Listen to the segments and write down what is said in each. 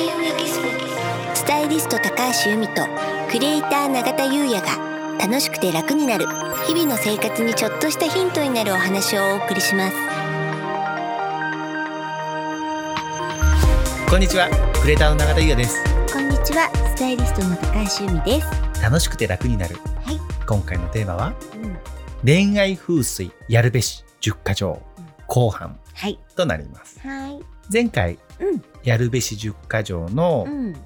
優也ギススタイリスト高橋由美とクリエイター永田優也が楽しくて楽になる日々の生活にちょっとしたヒントになるお話をお送りします。 こんにちは、クリエイターの永田優也です。 こんにちは、スタイリストの高橋由美です。 楽しくて楽になる、 はい、 今回のテーマは、恋愛風水やるべし10箇条、後半となります。 はい、 前回、やるべし10箇条の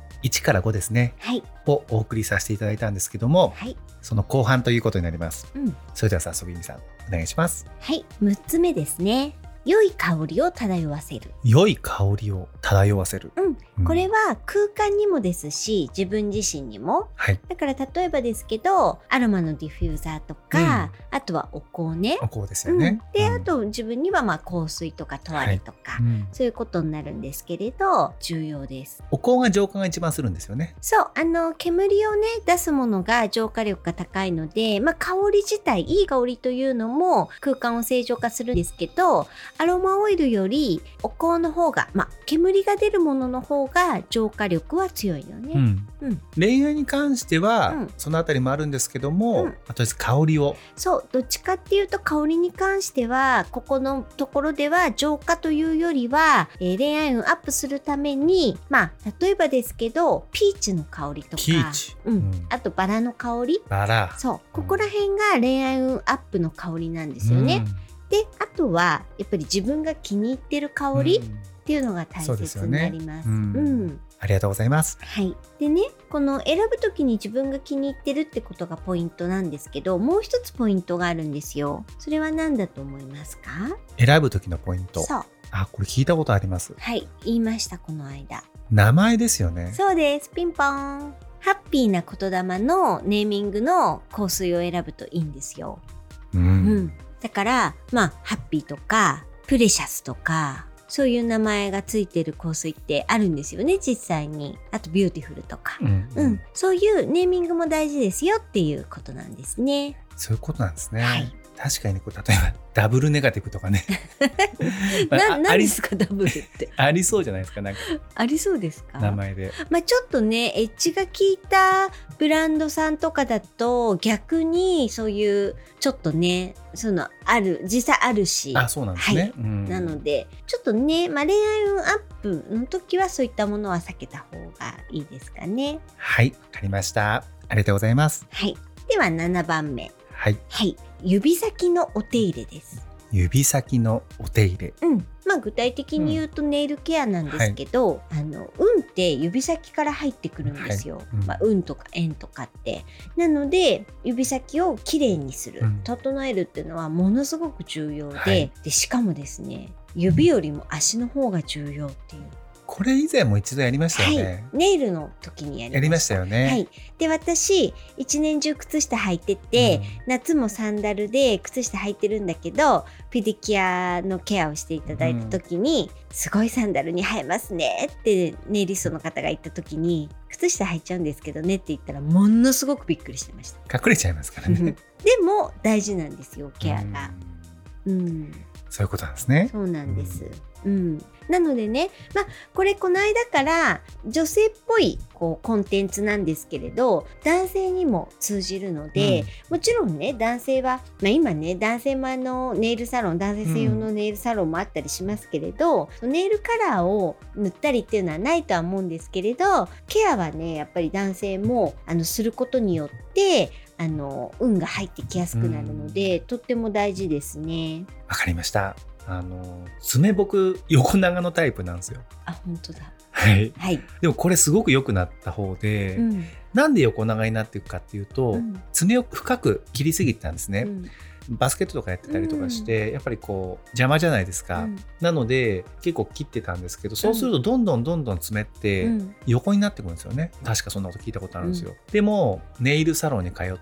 1から5ですね、をお送りさせていただいたんですけども、その後半ということになります。それでは早速由美さんお願いします。 はい、6つ目ですね。良い香りを漂わせる。 良い香りを漂わせる、 これは空間にもですし自分自身にも、だから例えばですけどアロマのディフューザーとか、あとはお香ね、 お香ですよね、 であと自分には香水とかトワレとか、そういうことになるんですけれど重要です。 お香が浄化が一番するんですよね。 そう、煙をね出すものが浄化力が高いので、香り自体いい香りというのも空間を正常化するんですけど、アロマオイルよりお香の方が、煙が出るものの方が浄化力は強いよね。 恋愛に関しては、そのあたりもあるんですけども、とりあえず香りを、 そうどっちかっていうと香りに関してはここのところでは浄化というよりは、恋愛運アップするために例えばですけどピーチの香りとか、あとバラの香り、そうここら辺が恋愛運アップの香りなんですよね。であとはやっぱり自分が気に入ってる香りっていうのが大切になります。 ありがとうございます。 でね、この選ぶときに自分が気に入ってるってことがポイントなんですけど、もう一つポイントがあるんですよ。それは何だと思いますか？ 選ぶときのポイント。 そう。 これ聞いたことあります。 言いましたこの間。 名前ですよね。 そうです。ピンポン。ハッピーな言霊のネーミングの香水を選ぶといいんですよ。だからハッピーとかプレシャスとかそういう名前がついてる香水ってあるんですよね、実際に。あとビューティフルとか、そういうネーミングも大事ですよっていうことなんですね。 そういうことなんですね。確かに例えばダブルネガティブとかね何ですかダブルってありそうじゃないですか。なんかありそうですか、 名前で。 ちょっとねエッジが効いたブランドさんとかだと逆にそういうちょっとねその実際あるし、 そうなんですね。 なのでちょっとね、恋愛運アップの時はそういったものは避けた方がいいですかね。 わかりました。ありがとうございます。 では7番目。指先のお手入れです。 指先のお手入れ。 具体的に言うとネイルケアなんですけど、運って指先から入ってくるんですよ。運とか縁とかって。なので指先をきれいにする、整えるっていうのはものすごく重要で、しかもですね、指よりも足の方が重要っていう。 これ以前も一度やりましたよね。 ネイルの時にやりましたよね。 で私一年中靴下履いてて、夏もサンダルで靴下履いてるんだけどペディキュアのケアをしていただいた時に、すごいサンダルに生えますねってネイリストの方が言った時に、靴下履いちゃうんですけどねって言ったらものすごくびっくりしてました。 隠れちゃいますからねでも大事なんですよ、ケアが。 そういうことなんですね。 そうなんです。なのでね、これこの間から女性っぽいコンテンツなんですけれど男性にも通じるので、もちろんね男性は、今ね男性もネイルサロン、男性専用のネイルサロンもあったりしますけれど、ネイルカラーを塗ったりっていうのはないとは思うんですけれど、ケアはねやっぱり男性もすることによって運が入ってきやすくなるので、とっても大事ですね。 わかりました。爪僕横長のタイプなんですよ。 本当だ。 でもこれすごく良くなった方で、なんで横長になっていくかっていうと、爪を深く切りすぎてたんですね。バスケットとかやってたりとかして、やっぱり邪魔じゃないですか。なので結構切ってたんですけど、そうするとどんどん爪って横になってくるんですよね。確かそんなこと聞いたことあるんですよ。でもネイルサロンに通って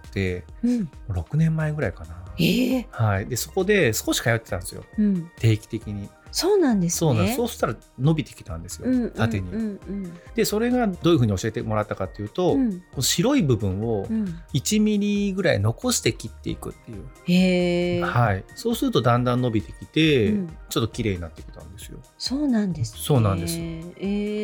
、6年前ぐらいかな。でそこで少し通ってたんですよ、定期的に。 そうなんですね。 そうしたら伸びてきたんですよ、縦に。でそれがどういうふうに教えてもらったかっていうと、白い部分を1ミリぐらい残して切っていくっていう。そうするとだんだん伸びてきて、ちょっと綺麗になってきたんんですよ。 そうなんですね。 そうなんです。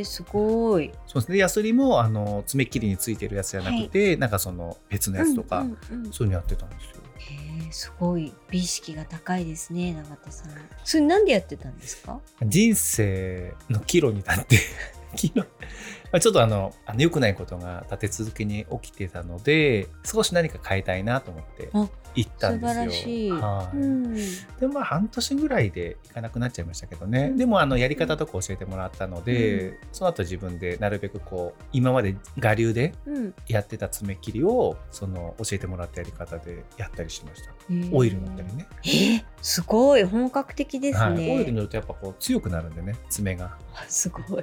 すごい。 そうですね。ヤスリも爪切りについてるやつじゃなくて、なんかその別のやつとか、そういうのやってたんですよ。 すごい美意識が高いですね、永田さん。それなんでやってたんですか？ 人生の岐路に立ってちょっと良くないことが立て続けに起きてたので、少し何か変えたいなと思って行ったんですよ。 素晴らしい。はい。 でも半年ぐらいで行かなくなっちゃいましたけどね。でもやり方とか教えてもらったので、その後自分でなるべくこう今まで我流でやってた爪切りを教えてもらったやり方でやったりしました。オイル塗ったりね。 すごい本格的ですね。 オイル塗るとやっぱこう強くなるんでね、爪が。 すごい。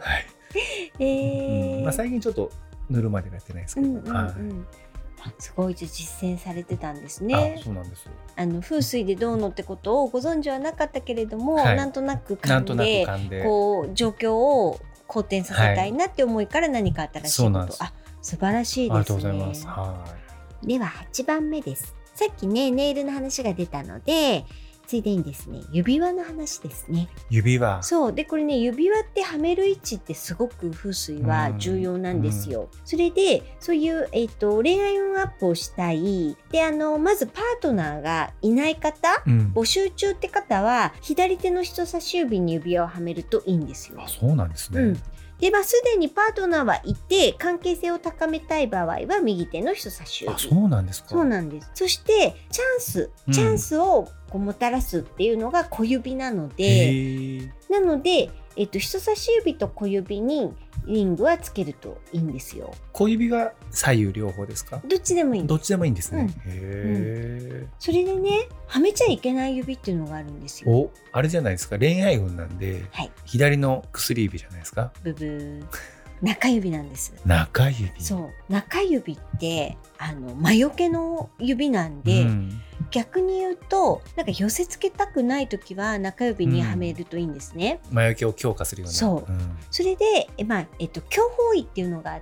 最近ちょっと塗るまでやってないですけど、 すごい実践されてたんですね。 そうなんです。 風水でどうのってことをご存知はなかったけれども、なんとなく勘でこう状況を好転させたいなって思いから何か新しいこと、素晴らしいですね。 ありがとうございます。 では8番目です。さっきねネイルの話が出たので、ついでにですね、指輪の話ですね。 指輪。 そうで、これね、指輪ってはめる位置ってすごく風水は重要なんですよ。それでそういう、恋愛運アップをしたいで、まずパートナーがいない方、募集中って方は左手の人差し指に指輪をはめるといいんですよ。 そうなんですね。 で、すでにパートナーはいて関係性を高めたい場合は右手の人差し指。 そうなんですか。 そうなんです。そしてチャンスをこうもたらすっていうのが小指なので、人差し指と小指にリングはつけるといいんですよ。 小指が左右両方ですか？ どっちでもいいんです。 どっちでもいいんですね。 それでね、はめちゃいけない指っていうのがあるんですよ。 あれじゃないですか、恋愛運なんで、左の薬指じゃないですか。 ブブー。中指なんです。 中指。 そう、中指って魔除けの指なんで、逆に言うとなんか寄せ付けたくないときは中指にはめるといいんですね。 魔除けを強化するような。 そう、それで強方位っていうのがあって、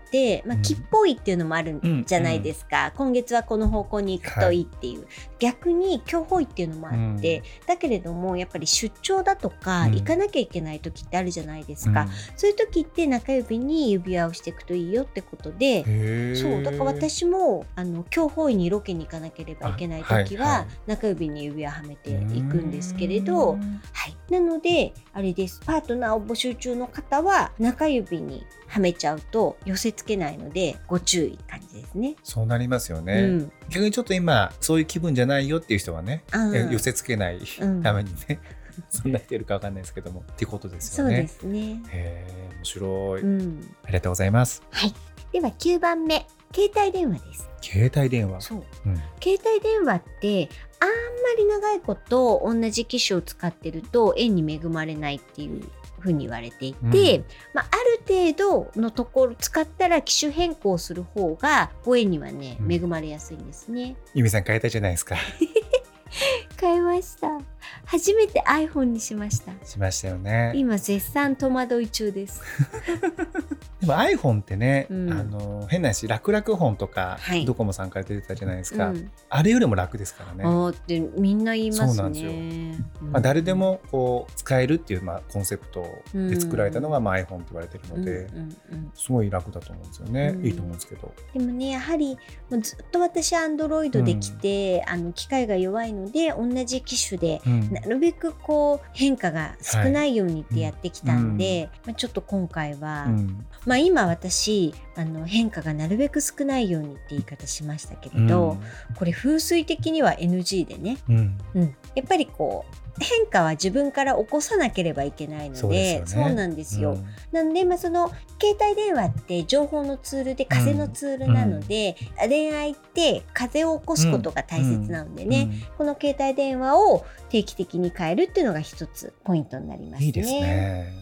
吉方位っていうのもあるんじゃないですか。今月はこの方向に行くといいっていう、逆に強方位っていうのもあって、だけれどもやっぱり出張だとか行かなきゃいけない時ってあるじゃないですか。そういう時って中指に指輪をしていくといいよってことで、そうだから私も強方位にロケに行かなければいけない時は中指に指輪はめていくんですけれど、なのであれです。パートナーを募集中の方は中指にはめちゃうと寄せ付けないのでご注意感じですね。 そうなりますよね。逆にちょっと今そういう気分じゃないよっていう人はね、寄せ付けないためにね、そんな人いるかわかんないですけどもっていうことですよね。 そうですね。 面白い、ありがとうございます。 では9番目、携帯電話です。 携帯電話。 そう、携帯電話ってあんまり長いこと同じ機種を使ってると縁に恵まれないっていうふうに言われていて、ある程度のところ使ったら機種変更する方がご縁にはね、恵まれやすいんですね。 ゆみさん変えたじゃないですか。 変えました。初めて iPhone にしました。 しましたよね。 今絶賛戸惑い中です。 でも iPhone ってね、変な話、楽々本とか、ドコモさんから出てたじゃないですか、あれよりも楽ですからね。 ってみんな言いますね。 そうなんですよ。誰でもこう使えるっていう、コンセプトで作られたのが、iPhone って言われてるので、すごい楽だと思うんですよね。いいと思うんですけど。 でもね、やはりもうずっと私 Android で来て、機械が弱いので同じ機種で、なるべくこう変化が少ないようにってやってきたんで、ちょっと今回は、今私変化がなるべく少ないようにって言い方しましたけれど、これ風水的には NG でね、やっぱりこう変化は自分から起こさなければいけないので、そうなんですよ。なので、その携帯電話って情報のツールで風のツールなので、恋愛って風を起こすことが大切なのでね、この携帯電話を定期的に変えるっていうのが一つポイントになりますね。 いいですね。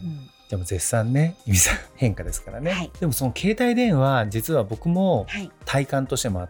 でも絶賛ねゆみさん変化ですからね、 はい、 でもその携帯電話実は僕も体感としてもあって、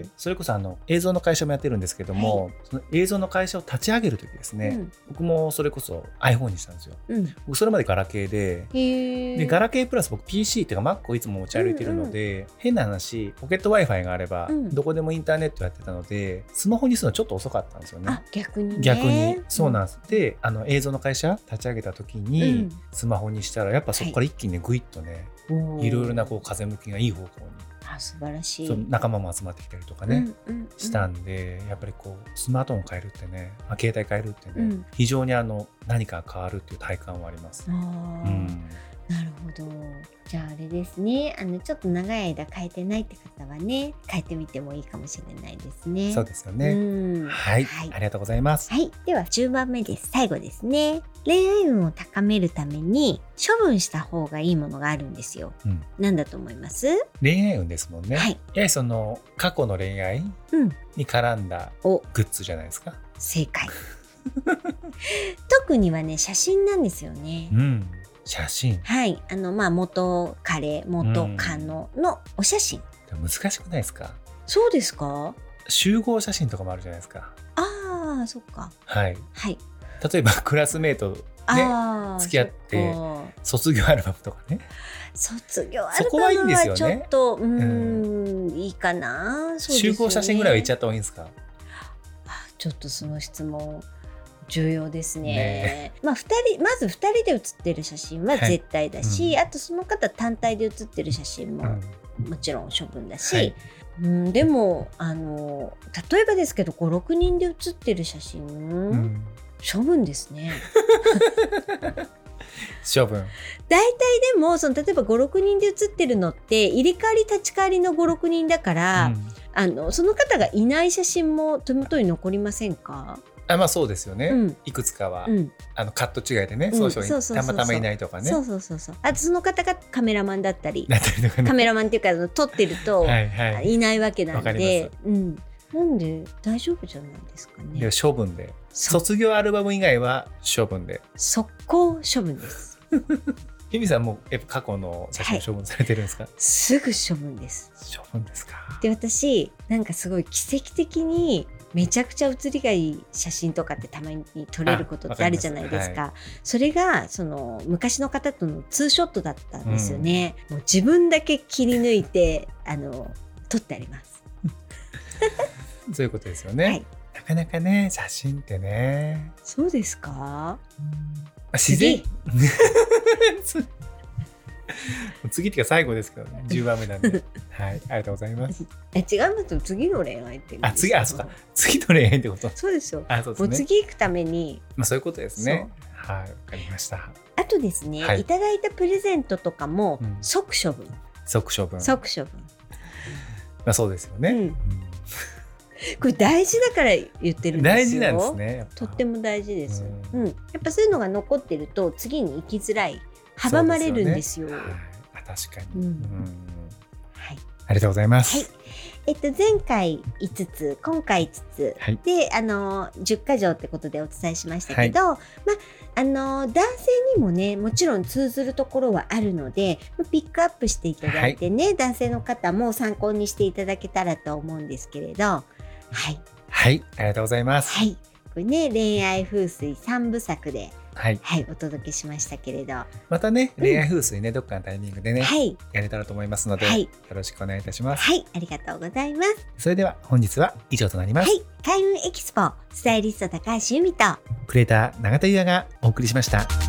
それこそ映像の会社もやってるんですけども、その映像の会社を立ち上げる時ですね、僕もそれこそ iPhone にしたんですよ、僕それまでガラケーでガラケープラス僕 PC っていうか Mac をいつも持ち歩いてるので、変な話ポケット Wi-Fi があればどこでもインターネットやってたので、スマホにするのちょっと遅かったんですよね。 あ、逆にね。 逆にそうなんです、で映像の会社立ち上げた時にスマホにしたらやっぱそこから一気にねグイッとね、いろいろなこう風向きがいい方向に、 素晴らしい。 そう仲間も集まってきたりとかね、したんで、やっぱりこうスマートフォン変えるってね、携帯変えるってね、非常に何か変わるっていう体感はあります。 なるほど。じゃああれですね、ちょっと長い間変えてないって方はね、変えてみてもいいかもしれないですね。 そうですよね。はい、ありがとうございます。 はい、では10番目です。最後ですね。恋愛運を高めるために処分した方がいいものがあるんですよ。何だと思います？ 恋愛運ですもんね。やはりその過去の恋愛に絡んだグッズじゃないですか。 正解。特にはね、写真なんですよね。 写真。 はい、元彼元カノのお写真。 難しくないですか？ そうですか？ 集合写真とかもあるじゃないですか。 ああ、そっか。 はい。はい。例えばクラスメートね付き合って卒業アルバムとかね。 卒業アルバムはちょっといいかな。 集合写真ぐらいは言っちゃった方がいいんですか？ ちょっとその質問重要ですね。まず2人で写ってる写真は絶対だし、あとその方単体で写ってる写真ももちろん処分だし、でも例えばですけど 5,6 人で写ってる写真、処分ですね。 処分。 大体でも例えば 5,6 人で写ってるのって入れ替わり立ち替わりの 5,6 人だから、その方がいない写真も手元に残りませんか？ そうですよね、いくつかは、カット違いでね、たまたまいないとかね。あとその方がカメラマンだったり、カメラマンっていうか撮ってるといないわけなんで、なんで大丈夫じゃないですかね。 処分で、卒業アルバム以外は処分で、 速攻処分です。 由美さんも過去の写真処分されてるんですか？ すぐ処分です。 処分ですか。 で、私なんかすごい奇跡的にめちゃくちゃ写りがいい写真とかってたまに撮れることってあるじゃないですか。それがその昔の方とのツーショットだったんですよね。もう自分だけ切り抜いて撮ってあります。 そういうことですよね。なかなかね、写真ってね。 そうですか？ 自然。次っていうか最後ですけどね、10番目なんで。はい、ありがとうございます。 違いますよ、次の恋愛って。 そうか、次の恋愛ってこと。 そうですよ。 そうですね。 もう次行くために。 そういうことですね。はい、わかりました。 あとですね、いただいたプレゼントとかも即処分。 即処分。 そうですよね。 これ大事だから言ってるんですよ。 大事なんですね。 とっても大事です。やっぱそういうのが残ってると次に行きづらい、阻まれるんですよ。 確かに。ありがとうございます。 前回5つ、今回5つ、で10か条ってことでお伝えしましたけど、男性にもね、もちろん通ずるところはあるのでピックアップしていただいてね、男性の方も参考にしていただけたらと思うんですけれど、はい、ありがとうございます。これね、恋愛風水3部作でお届けしましたけれど、またね、恋愛風水ね、どっかのタイミングでね、やれたらと思いますので、よろしくお願いいたします。ありがとうございます。それでは本日は以上となります。開運エキスポスタイリスト高橋由美とクリエイター永田優也がお送りしました。